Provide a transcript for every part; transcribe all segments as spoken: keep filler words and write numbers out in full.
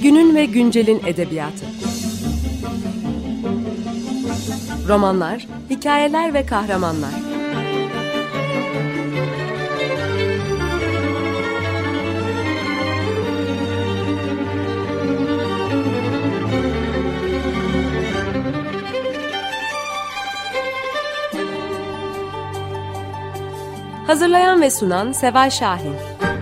Günün ve güncelin edebiyatı. Romanlar, hikayeler ve kahramanlar. Hazırlayan ve sunan Seval Şahin.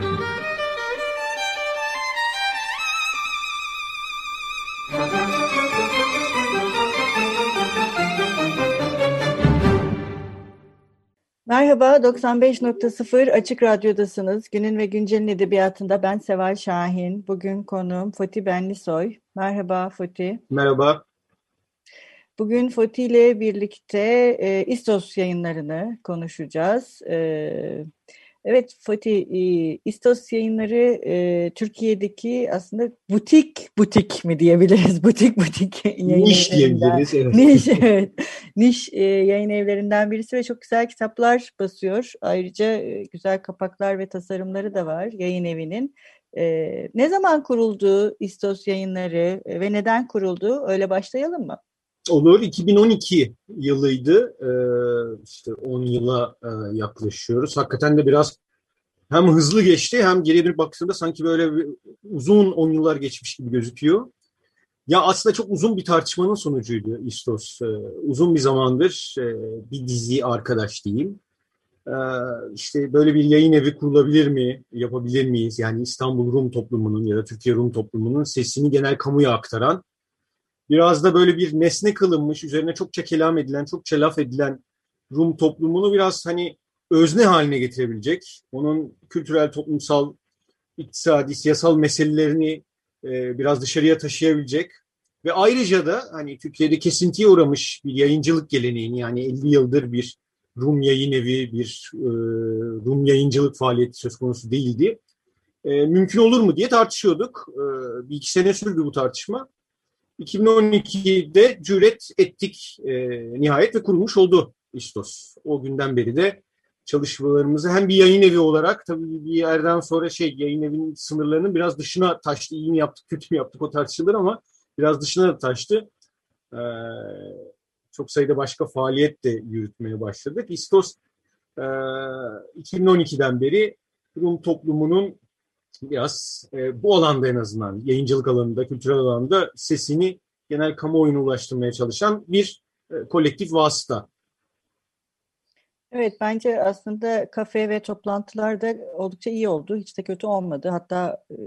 Merhaba, doksan beş nokta sıfır Açık Radyo'dasınız. Günün ve Güncel'in edebiyatında ben Seval Şahin. Bugün konuğum Fatih Benlisoy. Merhaba Fatih. Merhaba. Bugün Fatih ile birlikte e, İstos yayınlarını konuşacağız. E, evet Fatih, e, İstos yayınları e, Türkiye'deki aslında butik butik mi diyebiliriz? Butik butik yayın Niş evlerinden. diyebiliriz. Evet. Niş, evet. Niş e, yayın evlerinden birisi ve çok güzel kitaplar basıyor. Ayrıca e, güzel kapaklar ve tasarımları da var yayın evinin. E, ne zaman kuruldu İstos yayınları e, ve neden kuruldu? Öyle başlayalım mı? Olur. iki bin on iki yılıydı. Ee, işte on yıla e, yaklaşıyoruz. Hakikaten de biraz hem hızlı geçti hem geriye bir baktığımda sanki böyle bir uzun on yıllar geçmiş gibi gözüküyor. Ya aslında çok uzun bir tartışmanın sonucuydu İstos. Ee, uzun bir zamandır e, bir dizi arkadaş diyeyim. Ee, işte böyle bir yayın evi kurulabilir mi, yapabilir miyiz? Yani İstanbul Rum toplumunun ya da Türkiye Rum toplumunun sesini genel kamuya aktaran, biraz da böyle bir nesne kılınmış, üzerine çokça kelam edilen, çokça laf edilen Rum toplumunu biraz hani özne haline getirebilecek, onun kültürel, toplumsal, iktisadi, siyasal meselelerini e, biraz dışarıya taşıyabilecek ve ayrıca da hani Türkiye'de kesintiye uğramış bir yayıncılık geleneğini, yani elli yıldır bir Rum yayın evi, bir e, Rum yayıncılık faaliyeti söz konusu değildi. E, mümkün olur mu diye tartışıyorduk. E, bir iki sene sürdü bu tartışma. iki bin on ikide cüret ettik e, nihayet ve kurulmuş oldu İstos. O günden beri de çalışmalarımızı hem bir yayın evi olarak, tabii bir yerden sonra şey yayın evinin sınırlarının biraz dışına taştı. İyi mi yaptık, kötü mü yaptık o tartışılır ama biraz dışına da taştı. Ee, çok sayıda başka faaliyet de yürütmeye başladık. İstos e, iki bin on ikiden beri Rum toplumunun biraz e, bu alanda, en azından yayıncılık alanında, kültürel alanda sesini genel kamuoyuna ulaştırmaya çalışan bir e, kolektif vasıta. Evet, bence aslında kafe ve toplantılar da oldukça iyi oldu. Hiç de kötü olmadı. Hatta e,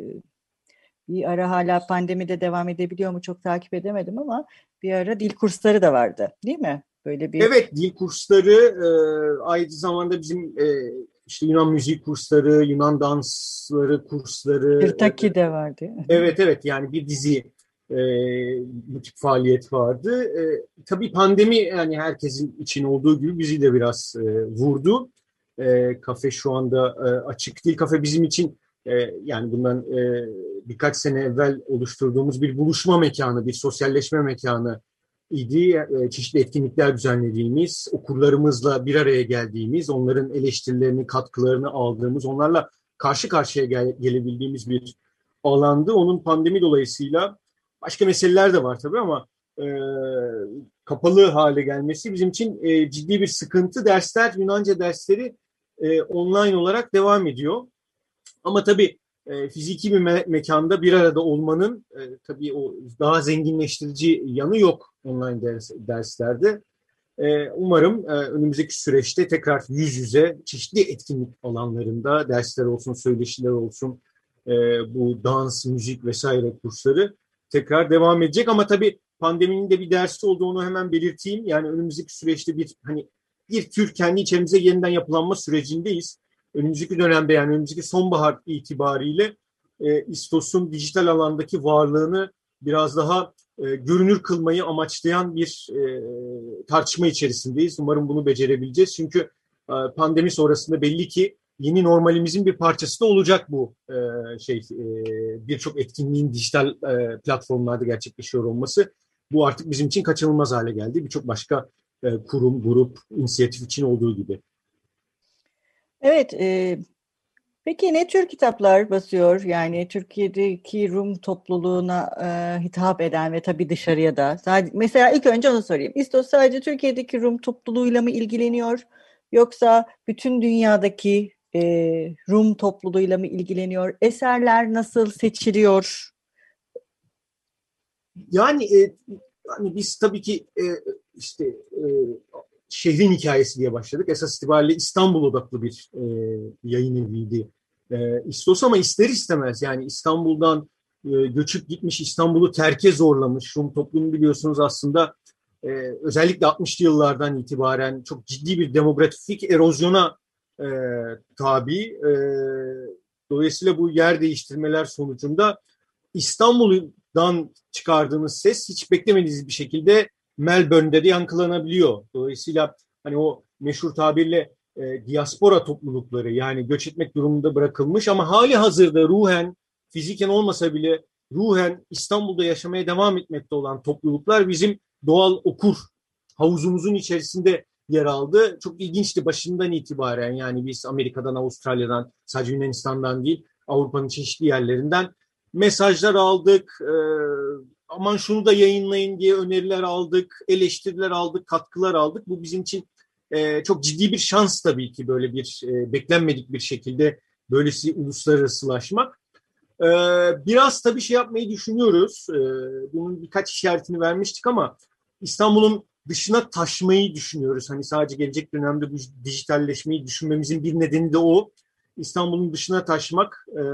bir ara, hala pandemide devam edebiliyor mu çok takip edemedim ama bir ara dil kursları da vardı, değil mi? Böyle bir Evet, dil kursları, e, aynı zamanda bizim e, işte Yunan müziği kursları, Yunan dansları kursları. E, Tırtaki de vardı. evet evet, yani bir dizi e, bu tip faaliyet vardı. E, tabii pandemi, yani herkesin için olduğu gibi bizi de biraz e, vurdu. E, kafe şu anda e, açık değil. Kafe bizim için e, yani bundan e, birkaç sene evvel oluşturduğumuz bir buluşma mekanı, bir sosyalleşme mekanı idi. E, çeşitli etkinlikler düzenlediğimiz, okurlarımızla bir araya geldiğimiz, onların eleştirilerini, katkılarını aldığımız, onlarla karşı karşıya gel- gelebildiğimiz bir alandı. Onun pandemi dolayısıyla başka meseleler de var tabii ama e, kapalı hale gelmesi bizim için e, ciddi bir sıkıntı. Dersler, Yunanca dersleri e, online olarak devam ediyor. Ama tabii e, fiziki bir me- mekanda bir arada olmanın e, tabii o daha zenginleştirici yanı yok online ders, derslerde. E, umarım e, önümüzdeki süreçte tekrar yüz yüze çeşitli etkinlik alanlarında dersler olsun, söyleşiler olsun, e, bu dans, müzik vesaire kursları tekrar devam edecek. Ama tabii pandeminin de bir dersi olduğunu hemen belirteyim. Yani önümüzdeki süreçte bir hani bir tür kendi içerimize yeniden yapılanma sürecindeyiz. Önümüzdeki dönemde, yani önümüzdeki sonbahar itibariyle e, İstos'un dijital alandaki varlığını biraz daha e, görünür kılmayı amaçlayan bir e, tartışma içerisindeyiz. Umarım bunu becerebileceğiz. Çünkü e, pandemi sonrasında belli ki yeni normalimizin bir parçası da olacak bu e, şey e, birçok etkinliğin dijital e, platformlarda gerçekleşiyor olması. Bu artık bizim için kaçınılmaz hale geldi. Birçok başka e, kurum, grup, inisiyatif için olduğu gibi. evet, e, Peki ne tür kitaplar basıyor? Yani Türkiye'deki Rum topluluğuna e, hitap eden ve tabii dışarıya da. Sadece, mesela ilk önce onu sorayım. İstos sadece Türkiye'deki Rum topluluğuyla mı ilgileniyor? Yoksa bütün dünyadaki e, Rum topluluğuyla mı ilgileniyor? Eserler nasıl seçiliyor? Yani e, hani biz tabii ki e, işte e, şehrin hikayesi diye başladık. Esas itibariyle İstanbul odaklı bir e, yayın eviydi. E, İstos ama ister istemez yani İstanbul'dan e, göçüp gitmiş, İstanbul'u terke zorlamış Rum toplumu biliyorsunuz aslında e, özellikle altmışlı yıllardan itibaren çok ciddi bir demografik erozyona e, tabi. E, dolayısıyla bu yer değiştirmeler sonucunda İstanbul'dan çıkardığınız ses hiç beklemediğiniz bir şekilde Melbourne'de de yankılanabiliyor. Dolayısıyla hani o meşhur tabirle e, diaspora toplulukları yani göç etmek durumunda bırakılmış ama hali hazırda ruhen, fiziken olmasa bile ruhen İstanbul'da yaşamaya devam etmekte olan topluluklar bizim doğal okur havuzumuzun içerisinde yer aldı. Çok ilginçti başından itibaren yani biz Amerika'dan, Avustralya'dan, sadece Yunanistan'dan değil Avrupa'nın çeşitli yerlerinden mesajlar aldık, e, aman şunu da yayınlayın diye öneriler aldık, eleştiriler aldık, katkılar aldık. Bu bizim için e, çok ciddi bir şans tabii ki böyle bir e, beklenmedik bir şekilde böylesi uluslararasılaşmak. E, biraz tabii şey yapmayı düşünüyoruz. E, bunun birkaç işaretini vermiştik ama İstanbul'un dışına taşmayı düşünüyoruz. Hani sadece gelecek dönemde bu dijitalleşmeyi düşünmemizin bir nedeni de o. İstanbul'un dışına taşmak e,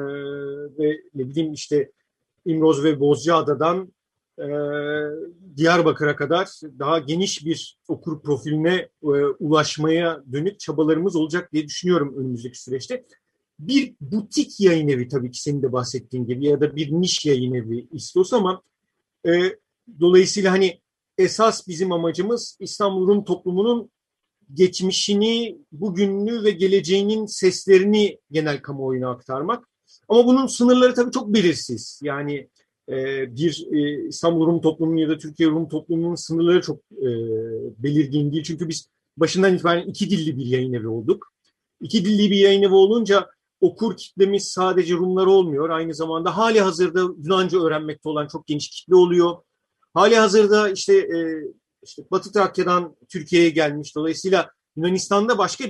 ve ne bileyim işte İmroz ve Bozcaada'dan e, Diyarbakır'a kadar daha geniş bir okur profiline e, ulaşmaya dönük çabalarımız olacak diye düşünüyorum önümüzdeki süreçte. Bir butik yayın evi tabii ki senin de bahsettiğin gibi ya da bir niş yayın evi istiyorsa ama e, dolayısıyla hani esas bizim amacımız İstanbul Rum toplumunun geçmişini, bugününü ve geleceğinin seslerini genel kamuoyuna aktarmak. Ama bunun sınırları tabii çok belirsiz. Yani e, bir e, İstanbul Rum toplumunun ya da Türkiye Rum toplumunun sınırları çok e, belirgin değil. Çünkü biz başından itibaren iki dilli bir yayın evi olduk. İki dilli bir yayın evi olunca okur kitlemiz sadece Rumlar olmuyor. Aynı zamanda hali hazırda Yunanca öğrenmekte olan çok geniş kitle oluyor. Hali hazırda işte, e, işte Batı Trakya'dan Türkiye'ye gelmiş. Dolayısıyla Yunanistan'da başka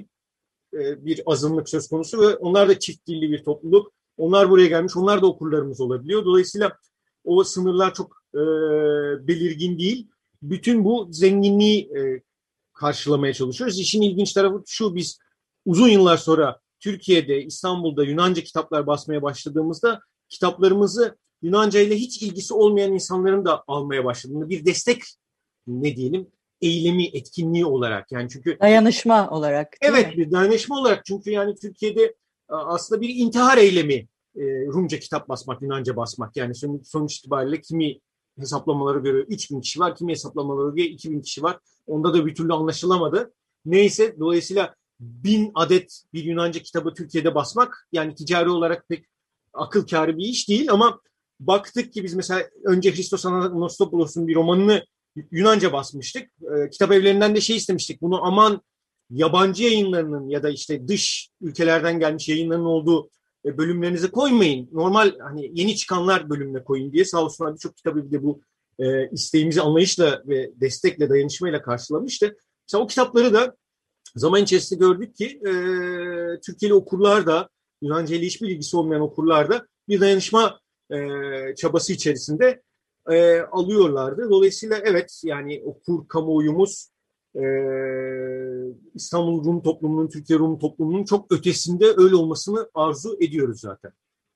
e, bir azınlık söz konusu ve onlar da çift dilli bir topluluk. Onlar buraya gelmiş, onlar da okurlarımız olabiliyor. Dolayısıyla o sınırlar çok e, belirgin değil. Bütün bu zenginliği e, karşılamaya çalışıyoruz. İşin ilginç tarafı şu, biz uzun yıllar sonra Türkiye'de, İstanbul'da Yunanca kitaplar basmaya başladığımızda kitaplarımızı Yunanca ile hiç ilgisi olmayan insanların da almaya başladığında bir destek ne diyelim eylemi, etkinliği olarak yani çünkü Dayanışma olarak. evet bir dayanışma olarak çünkü yani Türkiye'de aslında bir intihar eylemi e, Rumca kitap basmak, Yunanca basmak yani sonuç, sonuç itibariyle kimi hesaplamalara göre üç bin kişi var, kimi hesaplamalara göre iki bin kişi var. Onda da bir türlü anlaşılamadı. Neyse dolayısıyla bin adet bir Yunanca kitabı Türkiye'de basmak yani ticari olarak pek akıl kârı bir iş değil ama baktık ki biz mesela önce Christos Anastasiopoulos'un bir romanını Yunanca basmıştık. E, kitap evlerinden de şey istemiştik. Bunu aman yabancı yayınlarının ya da işte dış ülkelerden gelmiş yayınların olduğu e, bölümlerinize koymayın. Normal hani yeni çıkanlar bölümüne koyun diye sağ olsunlar birçok kitabı bir de bu e, isteğimizi anlayışla ve destekle, dayanışmayla karşılamıştı. Mesela o kitapları da zaman içerisinde gördük ki e, Türkiye'li okurlar da Yunanca ile hiçbir ilgisi olmayan okurlar da bir dayanışma e, çabası içerisinde e, alıyorlardı. Dolayısıyla evet yani okur kamuoyumuz e, İstanbul Rum toplumunun, Türkiye Rum toplumunun çok ötesinde öyle olmasını arzu ediyoruz zaten.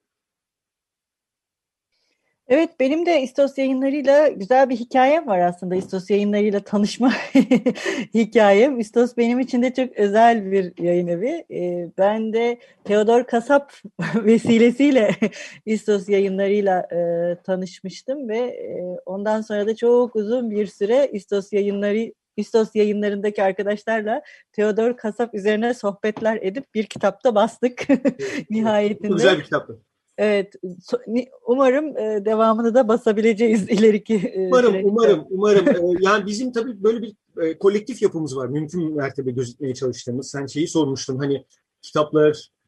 Evet, benim de İstos yayınlarıyla güzel bir hikayem var aslında. İstos yayınlarıyla tanışma hikayem. İstos benim için de çok özel bir yayın evi. Ee, ben de Theodor Kasap vesilesiyle İstos yayınlarıyla e, tanışmıştım ve e, ondan sonra da çok uzun bir süre İstos yayınları İstos yayınlarındaki arkadaşlarla Theodor Kasap üzerine sohbetler edip bir kitapta bastık nihayetinde. Çok güzel bir kitaptı. Evet, umarım devamını da basabileceğiz ileriki umarım, süreçte. Umarım, umarım. Yani bizim tabii böyle bir kolektif yapımız var. Mümkün mertebe gözükmeye çalıştığımız. Sen şeyi sormuştun hani kitaplar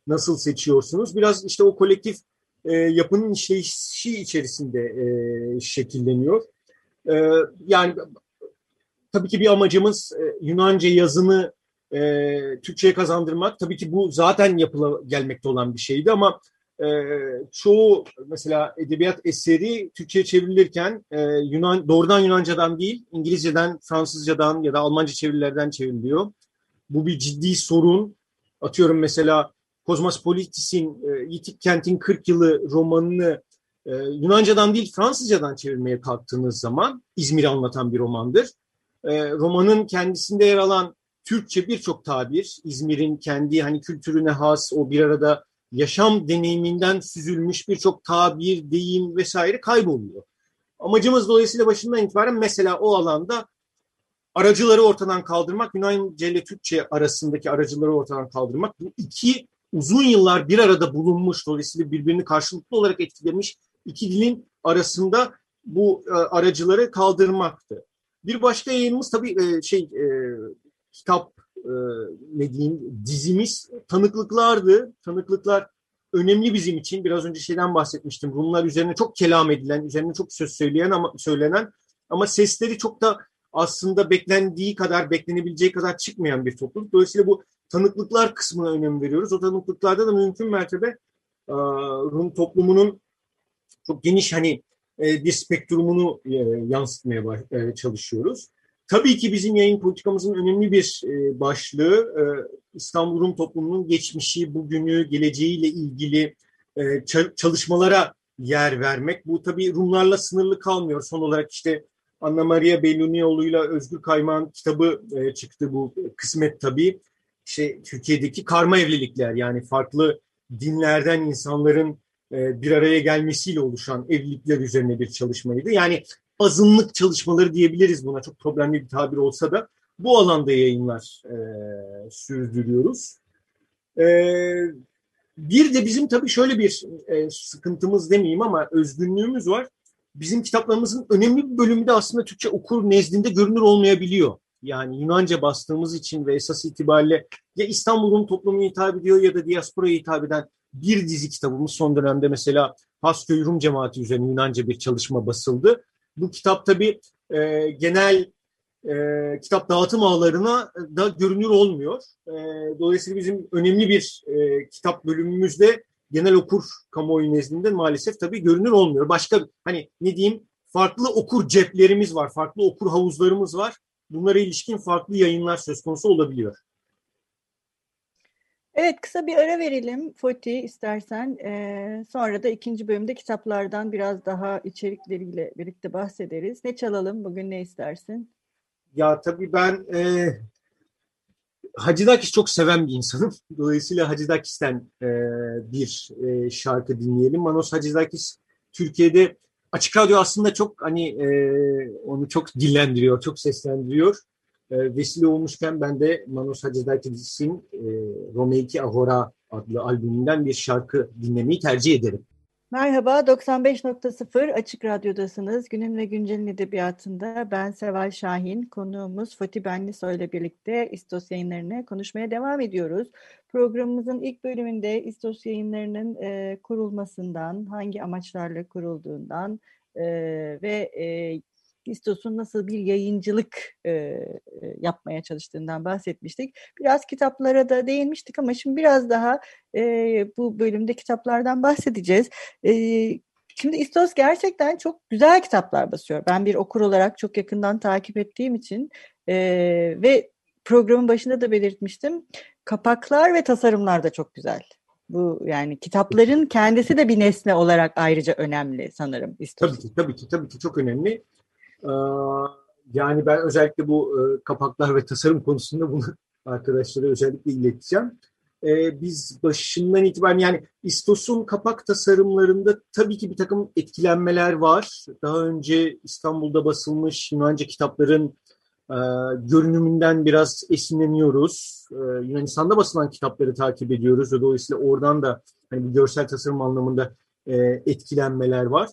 nasıl seçiyorsunuz? Biraz işte o kolektif e, yapının işleyişi içerisinde e, şekilleniyor. E, yani tabii ki bir amacımız e, Yunanca yazını e, Türkçe'ye kazandırmak. Tabii ki bu zaten yapıla gelmekte olan bir şeydi ama e, çoğu mesela edebiyat eseri Türkçe'ye çevrilirken e, Yunan doğrudan Yunanca'dan değil, İngilizce'den, Fransızcadan ya da Almanca çevirilerden çevriliyor. Bu bir ciddi sorun. Atıyorum mesela Kozmopolitis'in e, Yitik Kent'in kırk yılı romanını e, Yunanca'dan değil Fransızcadan çevirmeye kalktığınız zaman İzmir'i anlatan bir romandır. E, romanın kendisinde yer alan Türkçe birçok tabir, İzmir'in kendi hani kültürüne has o bir arada yaşam deneyiminden süzülmüş birçok tabir, deyim vesaire kayboluyor. Amacımız dolayısıyla başından itibaren mesela o alanda aracıları ortadan kaldırmak, Yunanca ile Türkçe arasındaki aracıları ortadan kaldırmak. Bu iki uzun yıllar bir arada bulunmuş, dolayısıyla birbirini karşılıklı olarak etkilemiş iki dilin arasında bu e, aracıları kaldırmaktı. Bir başka yayınımız tabii e, şey e, kitap e, ne diyeyim dizimiz tanıklıklardı. Tanıklıklar önemli bizim için. Biraz önce şeyden bahsetmiştim. Rumlar üzerine çok kelam edilen, üzerine çok söz söyleyen ama söylenen ama sesleri çok da aslında beklendiği kadar, beklenebileceği kadar çıkmayan bir topluluk. Dolayısıyla bu tanıklıklar kısmına önem veriyoruz. O tanıklıklarda da mümkün mertebe Rum toplumunun çok geniş hani bir spektrumunu yansıtmaya çalışıyoruz. Tabii ki bizim yayın politikamızın önemli bir başlığı İstanbul Rum toplumunun geçmişi, bugünü, geleceğiyle ilgili çalışmalara yer vermek. Bu tabii Rumlarla sınırlı kalmıyor. Son olarak işte Anna Maria Bellunioğlu'yla Özgür Kaymak'ın kitabı e, çıktı bu kısmet tabii. İşte Türkiye'deki karma evlilikler yani farklı dinlerden insanların e, bir araya gelmesiyle oluşan evlilikler üzerine bir çalışmaydı. Yani azınlık çalışmaları diyebiliriz buna çok problemli bir tabir olsa da bu alanda yayınlar e, sürdürüyoruz. E, bir de bizim tabii şöyle bir e, sıkıntımız demeyeyim ama özgünlüğümüz var. Bizim kitaplarımızın önemli bir bölümü de aslında Türkçe okur nezdinde görünür olmayabiliyor. Yani Yunanca bastığımız için ve esas itibariyle ya İstanbul'un toplumuna hitap ediyor ya da diasporaya hitap eden bir dizi kitabımız son dönemde mesela Hasköy Rum Cemaati üzerine Yunanca bir çalışma basıldı. Bu kitap tabii e, genel e, kitap dağıtım ağlarına da görünür olmuyor. E, dolayısıyla bizim önemli bir e, kitap bölümümüzde genel okur kamuoyu nezdinde maalesef tabii görünür olmuyor. Başka hani ne diyeyim farklı okur ceplerimiz var, farklı okur havuzlarımız var. Bunlara ilişkin farklı yayınlar söz konusu olabiliyor. Evet, kısa bir ara verelim Foti istersen. Ee, sonra da ikinci bölümde kitaplardan biraz daha içerikleriyle birlikte bahsederiz. Ne çalalım? Bugün ne istersin? Ya tabii ben e, Hacıdakis çok seven bir insanım. Dolayısıyla Hacıdakis'ten e, bir e, şarkı dinleyelim. Manos Hacıdakis Türkiye'de Açık Radyo aslında çok hani e, onu çok dillendiriyor, çok seslendiriyor. E, vesile olmuşken ben de Manos Hacıdakis'in e, Romeiki Ahora adlı albümünden bir şarkı dinlemeyi tercih ederim. Merhaba, doksan beş nokta sıfır Açık Radyo'dasınız. Günün ve Güncel'in edebiyatında ben Seval Şahin, konuğumuz Fatih Benlisoy ile birlikte İstos yayınlarını konuşmaya devam ediyoruz. Programımızın ilk bölümünde İstos yayınlarının e, kurulmasından, hangi amaçlarla kurulduğundan e, ve e, İstos'un nasıl bir yayıncılık e, yapmaya çalıştığından bahsetmiştik. Biraz kitaplara da değinmiştik ama şimdi biraz daha e, bu bölümde kitaplardan bahsedeceğiz. E, şimdi İstos gerçekten çok güzel kitaplar basıyor. Ben bir okur olarak çok yakından takip ettiğim için e, ve programın başında da belirtmiştim. Kapaklar ve tasarımlar da çok güzel. Bu yani kitapların kendisi de bir nesne olarak ayrıca önemli sanırım İstos. Tabii ki, tabii ki, tabii ki çok önemli. Yani ben özellikle bu kapaklar ve tasarım konusunda bunu arkadaşlara özellikle ileteceğim. Biz başından itibaren yani İstos'un kapak tasarımlarında tabii ki bir takım etkilenmeler var. Daha önce İstanbul'da basılmış Yunanca kitapların görünümünden biraz esinleniyoruz. Yunanistan'da basılan kitapları takip ediyoruz ve dolayısıyla oradan da hani bir görsel tasarım anlamında etkilenmeler var.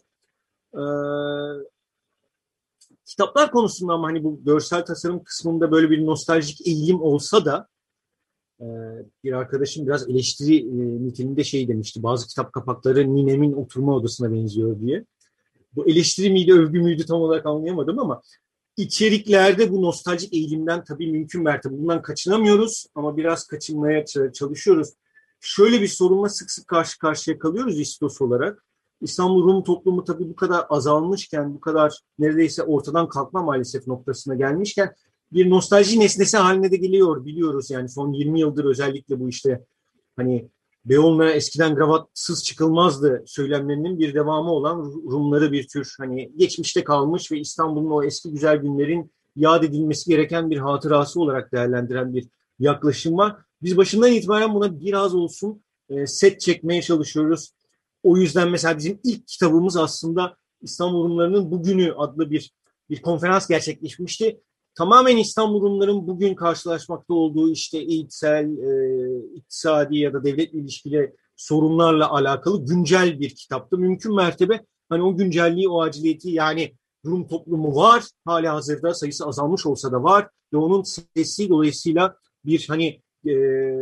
Kitaplar konusunda ama hani bu görsel tasarım kısmında böyle bir nostaljik eğilim olsa da Ee, bir arkadaşım biraz eleştiri e, niteliğinde şey demişti. Bazı kitap kapakları ninemin oturma odasına benziyor diye. Bu eleştiri miydi, övgü müydü tam olarak anlayamadım ama içeriklerde bu nostaljik eğilimden tabii mümkün mertebe bundan kaçınamıyoruz ama biraz kaçınmaya çalışıyoruz. Şöyle bir sorunla sık sık karşı karşıya kalıyoruz İstos olarak. İstanbul Rum toplumu tabii bu kadar azalmışken, bu kadar neredeyse ortadan kalkma maalesef noktasına gelmişken bir nostalji nesnesi haline de geliyor biliyoruz. Yani son yirmi yıldır özellikle bu işte hani Beyoğlu'na eskiden gravatsız çıkılmazdı söylemlerinin bir devamı olan Rumları bir tür hani geçmişte kalmış ve İstanbul'un o eski güzel günlerin yad edilmesi gereken bir hatırası olarak değerlendiren bir yaklaşım var. Biz başından itibaren buna biraz olsun e, set çekmeye çalışıyoruz. O yüzden mesela bizim ilk kitabımız aslında İstanbul Rumlarının Bugünü adlı bir bir konferans gerçekleşmişti. Tamamen İstanbul Rumların bugün karşılaşmakta olduğu işte eğitsel, e, iktisadi ya da devletle ilişkili sorunlarla alakalı güncel bir kitaptı. Mümkün mertebe hani o güncelliği, o aciliyeti yani Rum toplumu var. Hala hazırda sayısı azalmış olsa da var. Ve onun sesi dolayısıyla bir hani e,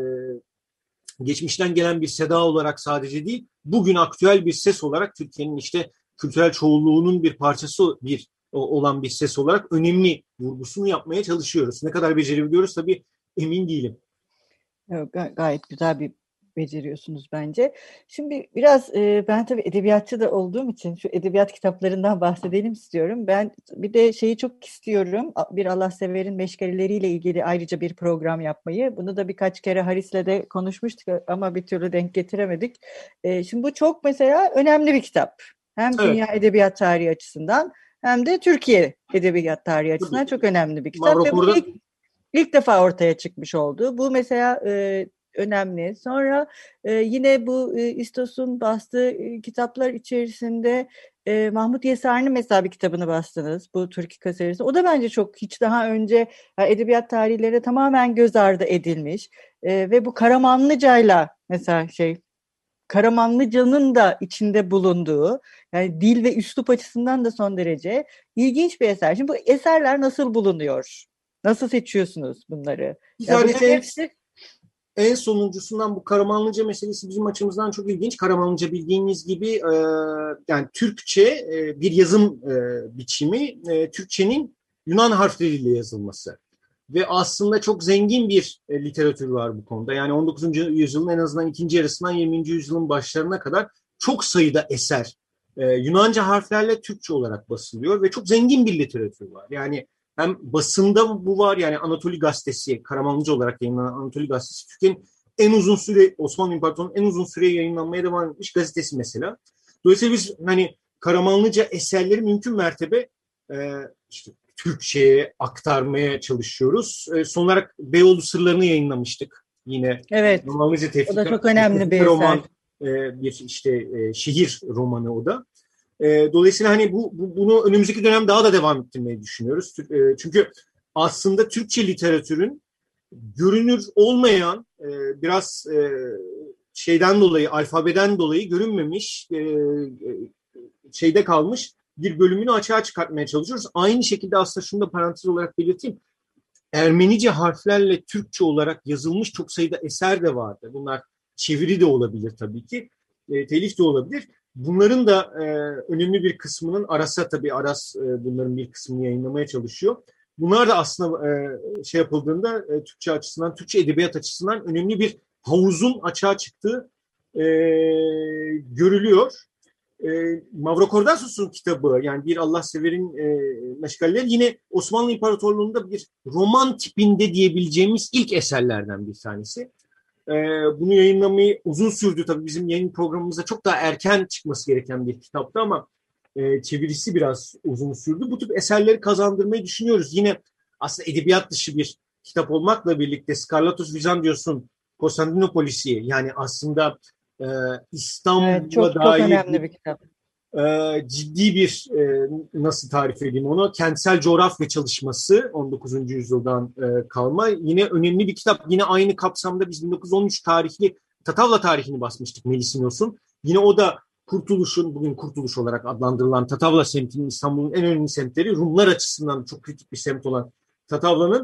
geçmişten gelen bir seda olarak sadece değil, bugün aktüel bir ses olarak Türkiye'nin işte kültürel çoğunluğunun bir parçası bir olan bir ses olarak önemli vurgusunu yapmaya çalışıyoruz. Ne kadar becerebiliyoruz tabii emin değilim. Evet, gayet güzel bir beceriyorsunuz bence. Şimdi biraz e, ben tabii edebiyatçı da olduğum için şu edebiyat kitaplarından bahsedelim istiyorum. Ben bir de şeyi çok istiyorum. Bir Allah severin meşgaleleriyle ilgili ayrıca bir program yapmayı. Bunu da birkaç kere Haris'le de konuşmuştuk ama bir türlü denk getiremedik. E, şimdi bu çok mesela önemli bir kitap. Hem Evet. dünya edebiyat tarihi açısından hem de Türkiye edebiyat tarihi açısından çok önemli bir kitap. Ve bu ilk, ilk defa ortaya çıkmış oldu. Bu mesela e, önemli. Sonra e, yine bu e, İstos'un bastığı e, kitaplar içerisinde e, Mahmut Yesar'ın mesela bir kitabını bastınız. Bu Türkika serisi. O da bence çok hiç daha önce yani edebiyat tarihleri tamamen göz ardı edilmiş. E, ve bu Karamanlıca'yla mesela şey Karamanlıca'nın da içinde bulunduğu yani dil ve üslup açısından da son derece ilginç bir eser. Şimdi bu eserler nasıl bulunuyor? Nasıl seçiyorsunuz bunları? Ya bunların hepsi en sonuncusundan bu Karamanlıca meselesi bizim açımızdan çok ilginç. Karamanlıca bildiğiniz gibi e, yani Türkçe e, bir yazım e, biçimi, e, Türkçenin Yunan harfleriyle yazılması. Ve aslında çok zengin bir e, literatür var bu konuda. Yani on dokuzuncu yüzyılın en azından ikinci yarısından yirminci yüzyılın başlarına kadar çok sayıda eser e, Yunanca harflerle Türkçe olarak basılıyor ve çok zengin bir literatür var. Yani hem basında bu var yani Anatoli Gazetesi, Karamanlıca olarak yayınlanan Anatoli Gazetesi Türkiye'nin en uzun süre, Osmanlı İmparatorluğu'nun en uzun süre yayınlanmaya devam etmiş gazetesi mesela. Dolayısıyla biz hani Karamanlıca eserleri mümkün mertebe e, işte Türkçe'ye aktarmaya çalışıyoruz. E, son olarak Beyoğlu Sırlarını yayınlamıştık yine. Evet. Karamanlıca Tefrika, o da çok önemli bir roman, eser. E, bir işte e, şehir romanı o da. E, dolayısıyla hani bu, bu bunu önümüzdeki dönem daha da devam ettirmeyi düşünüyoruz. E, çünkü aslında Türkçe literatürün görünür olmayan e, biraz e, şeyden dolayı, alfabeden dolayı görünmemiş, e, şeyde kalmış bir bölümünü açığa çıkartmaya çalışıyoruz. Aynı şekilde aslında şunu da parantez olarak belirteyim. Ermenice harflerle Türkçe olarak yazılmış çok sayıda eser de vardı. Bunlar çeviri de olabilir tabii ki, e, telif de olabilir. Bunların da e, önemli bir kısmının Aras'a tabii Aras e, bunların bir kısmını yayınlamaya çalışıyor. Bunlar da aslında e, şey yapıldığında e, Türkçe açısından, Türkçe edebiyat açısından önemli bir havuzun açığa çıktığı e, görülüyor. E, Mavrokordasus'un kitabı yani bir Allah severin e, meşgaleleri yine Osmanlı İmparatorluğu'nda bir roman tipinde diyebileceğimiz ilk eserlerden bir tanesi. E, bunu yayınlamayı uzun sürdü tabii bizim yayın programımızda çok daha erken çıkması gereken bir kitaptı ama e, çevirisi biraz uzun sürdü. Bu tip eserleri kazandırmayı düşünüyoruz. Yine aslında edebiyat dışı bir kitap olmakla birlikte Skarlatos Vizantios'un Konstantinopolis'i yani aslında e, İstanbul'a evet, çok, dair çok önemli bir kitap. E, ciddi bir e, nasıl tarif edeyim onu kentsel coğrafya çalışması on dokuzuncu yüzyıldan e, kalma yine önemli bir kitap. Yine aynı kapsamda biz bin dokuz yüz on üç tarihli Tatavla tarihini basmıştık Melisinos'un. Yine o da Kurtuluş'un bugün Kurtuluş olarak adlandırılan Tatavla semtinin İstanbul'un en önemli semtleri Rumlar açısından çok kritik bir semt olan Tatavla'nın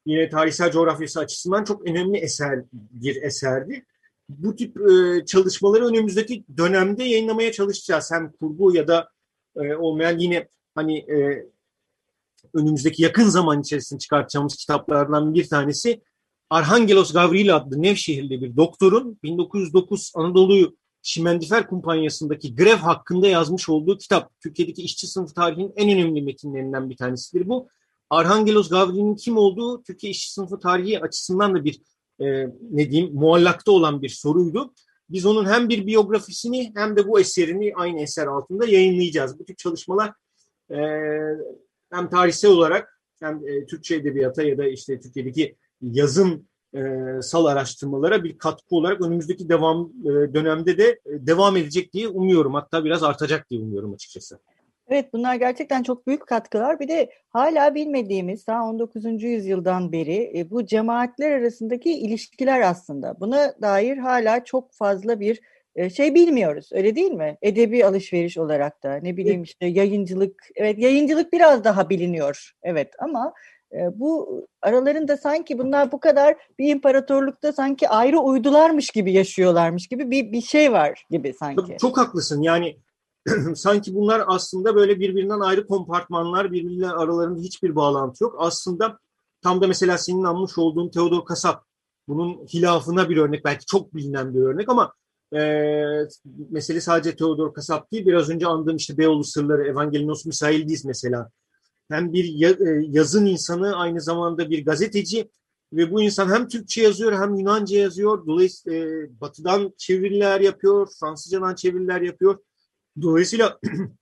yine tarihsel coğrafyası açısından çok önemli eser bir eserdi. Bu tip e, çalışmaları önümüzdeki dönemde yayınlamaya çalışacağız. Hem kurgu ya da e, olmayan yine hani e, önümüzdeki yakın zaman içerisinde çıkartacağımız kitaplardan bir tanesi Arhangelos Gavrili adlı Nevşehirli bir doktorun bin dokuz yüz dokuz Anadolu Şimendifer Kumpanyası'ndaki grev hakkında yazmış olduğu kitap. Türkiye'deki işçi sınıfı tarihinin en önemli metinlerinden bir tanesidir bu. Arhangelos Gavrili'nin kim olduğu Türkiye işçi sınıfı tarihi açısından da bir e, ne diyeyim muallakta olan bir soruydu. Biz onun hem bir biyografisini hem de bu eserini aynı eser altında yayınlayacağız. Bu tip çalışmalar e, hem tarihsel olarak hem e, Türkçe edebiyata ya da işte Türkiye'deki yazın e, sal araştırmalara bir katkı olarak önümüzdeki devam e, dönemde de e, devam edecek diye umuyorum. Hatta biraz artacak diye umuyorum açıkçası. Evet, bunlar gerçekten çok büyük katkılar. Bir de hala bilmediğimiz daha on dokuzuncu yüzyıldan beri e, bu cemaatler arasındaki ilişkiler aslında. Buna dair hala çok fazla bir e, şey bilmiyoruz. Öyle değil mi? Edebi alışveriş olarak da ne bileyim işte yayıncılık. Evet, yayıncılık biraz daha biliniyor. Evet, ama e, bu aralarında sanki bunlar bu kadar bir imparatorlukta sanki ayrı uydularmış gibi yaşıyorlarmış gibi bir bir şey var gibi sanki. Çok, çok haklısın. Yani sanki bunlar aslında böyle birbirinden ayrı kompartmanlar, birbirleriyle aralarında hiçbir bağlantı yok. Aslında tam da mesela senin anmış olduğun Theodor Kasap, bunun hilafına bir örnek, belki çok bilinen bir örnek ama e, mesele sadece Theodor Kasap değil, biraz önce andığım işte Beyoğlu Sırları, Evangelinos Misailidis mesela. Hem bir yazın insanı, aynı zamanda bir gazeteci ve bu insan hem Türkçe yazıyor hem Yunanca yazıyor. Dolayısıyla e, Batı'dan çeviriler yapıyor, Fransızcadan çeviriler yapıyor. Dolayısıyla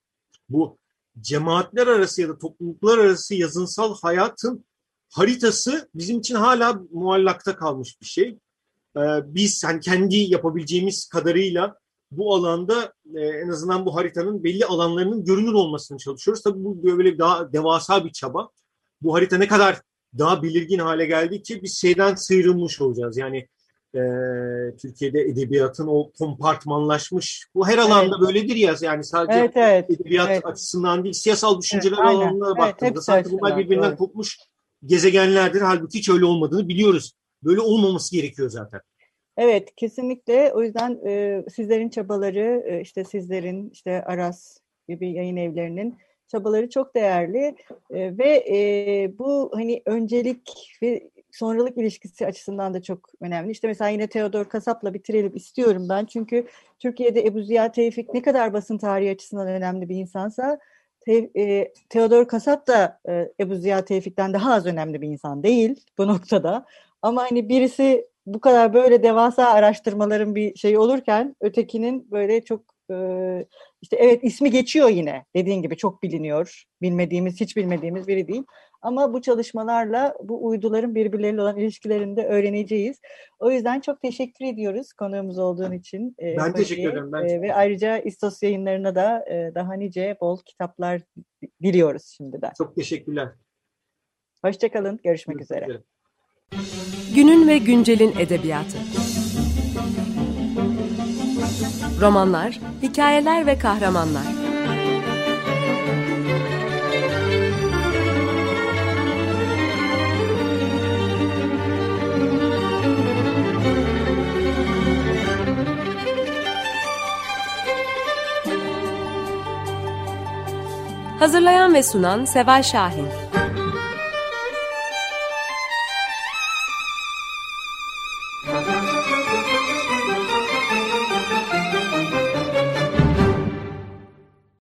bu cemaatler arası ya da topluluklar arası yazınsal hayatın haritası bizim için hala muallakta kalmış bir şey. Ee, biz hani kendi yapabileceğimiz kadarıyla bu alanda e, en azından bu haritanın belli alanlarının görünür olmasını çalışıyoruz. Tabii bu böyle daha devasa bir çaba. Bu harita ne kadar daha belirgin hale geldikçe biz şeyden sıyrılmış olacağız. Yani e, Türkiye'de edebiyatın o kompartmanlaşmış, bu her alanda evet. böyledir ya, yani sadece evet, evet, edebiyat evet. açısından değil, siyasal düşünceler evet, alanına evet, baktığımızda sanki bunlar birbirinden doğru. kopmuş gezegenlerdir. Halbuki hiç öyle olmadığını biliyoruz. Böyle olmaması gerekiyor zaten. Evet, kesinlikle. O yüzden e, sizlerin çabaları, e, işte sizlerin, işte Aras gibi yayın evlerinin çabaları çok değerli e, ve e, bu hani öncelik ve sonralık ilişkisi açısından da çok önemli. İşte mesela yine Theodor Kasap'la bitirelim istiyorum ben. Çünkü Türkiye'de Ebu Ziya Tevfik ne kadar basın tarihi açısından önemli bir insansa, Te, e, Theodor Kasap da e, Ebu Ziya Tevfik'ten daha az önemli bir insan değil bu noktada. Ama hani birisi bu kadar böyle devasa araştırmaların bir şeyi olurken ötekinin böyle çok e, işte evet ismi geçiyor yine dediğin gibi çok biliniyor. Bilmediğimiz, hiç bilmediğimiz biri değil. Ama bu çalışmalarla bu uyduların birbirleriyle olan ilişkilerini de öğreneceğiz. O yüzden çok teşekkür ediyoruz konuğumuz olduğun için. E, ben teşekkür ederim. Ben e, ve ayrıca İstos yayınlarına da e, daha nice bol kitaplar diliyoruz şimdiden. Çok teşekkürler. Hoşçakalın. Görüşmek Görüşmek üzere. üzere. Günün ve güncelin edebiyatı. Romanlar, hikayeler ve kahramanlar. Hazırlayan ve sunan Seval Şahin.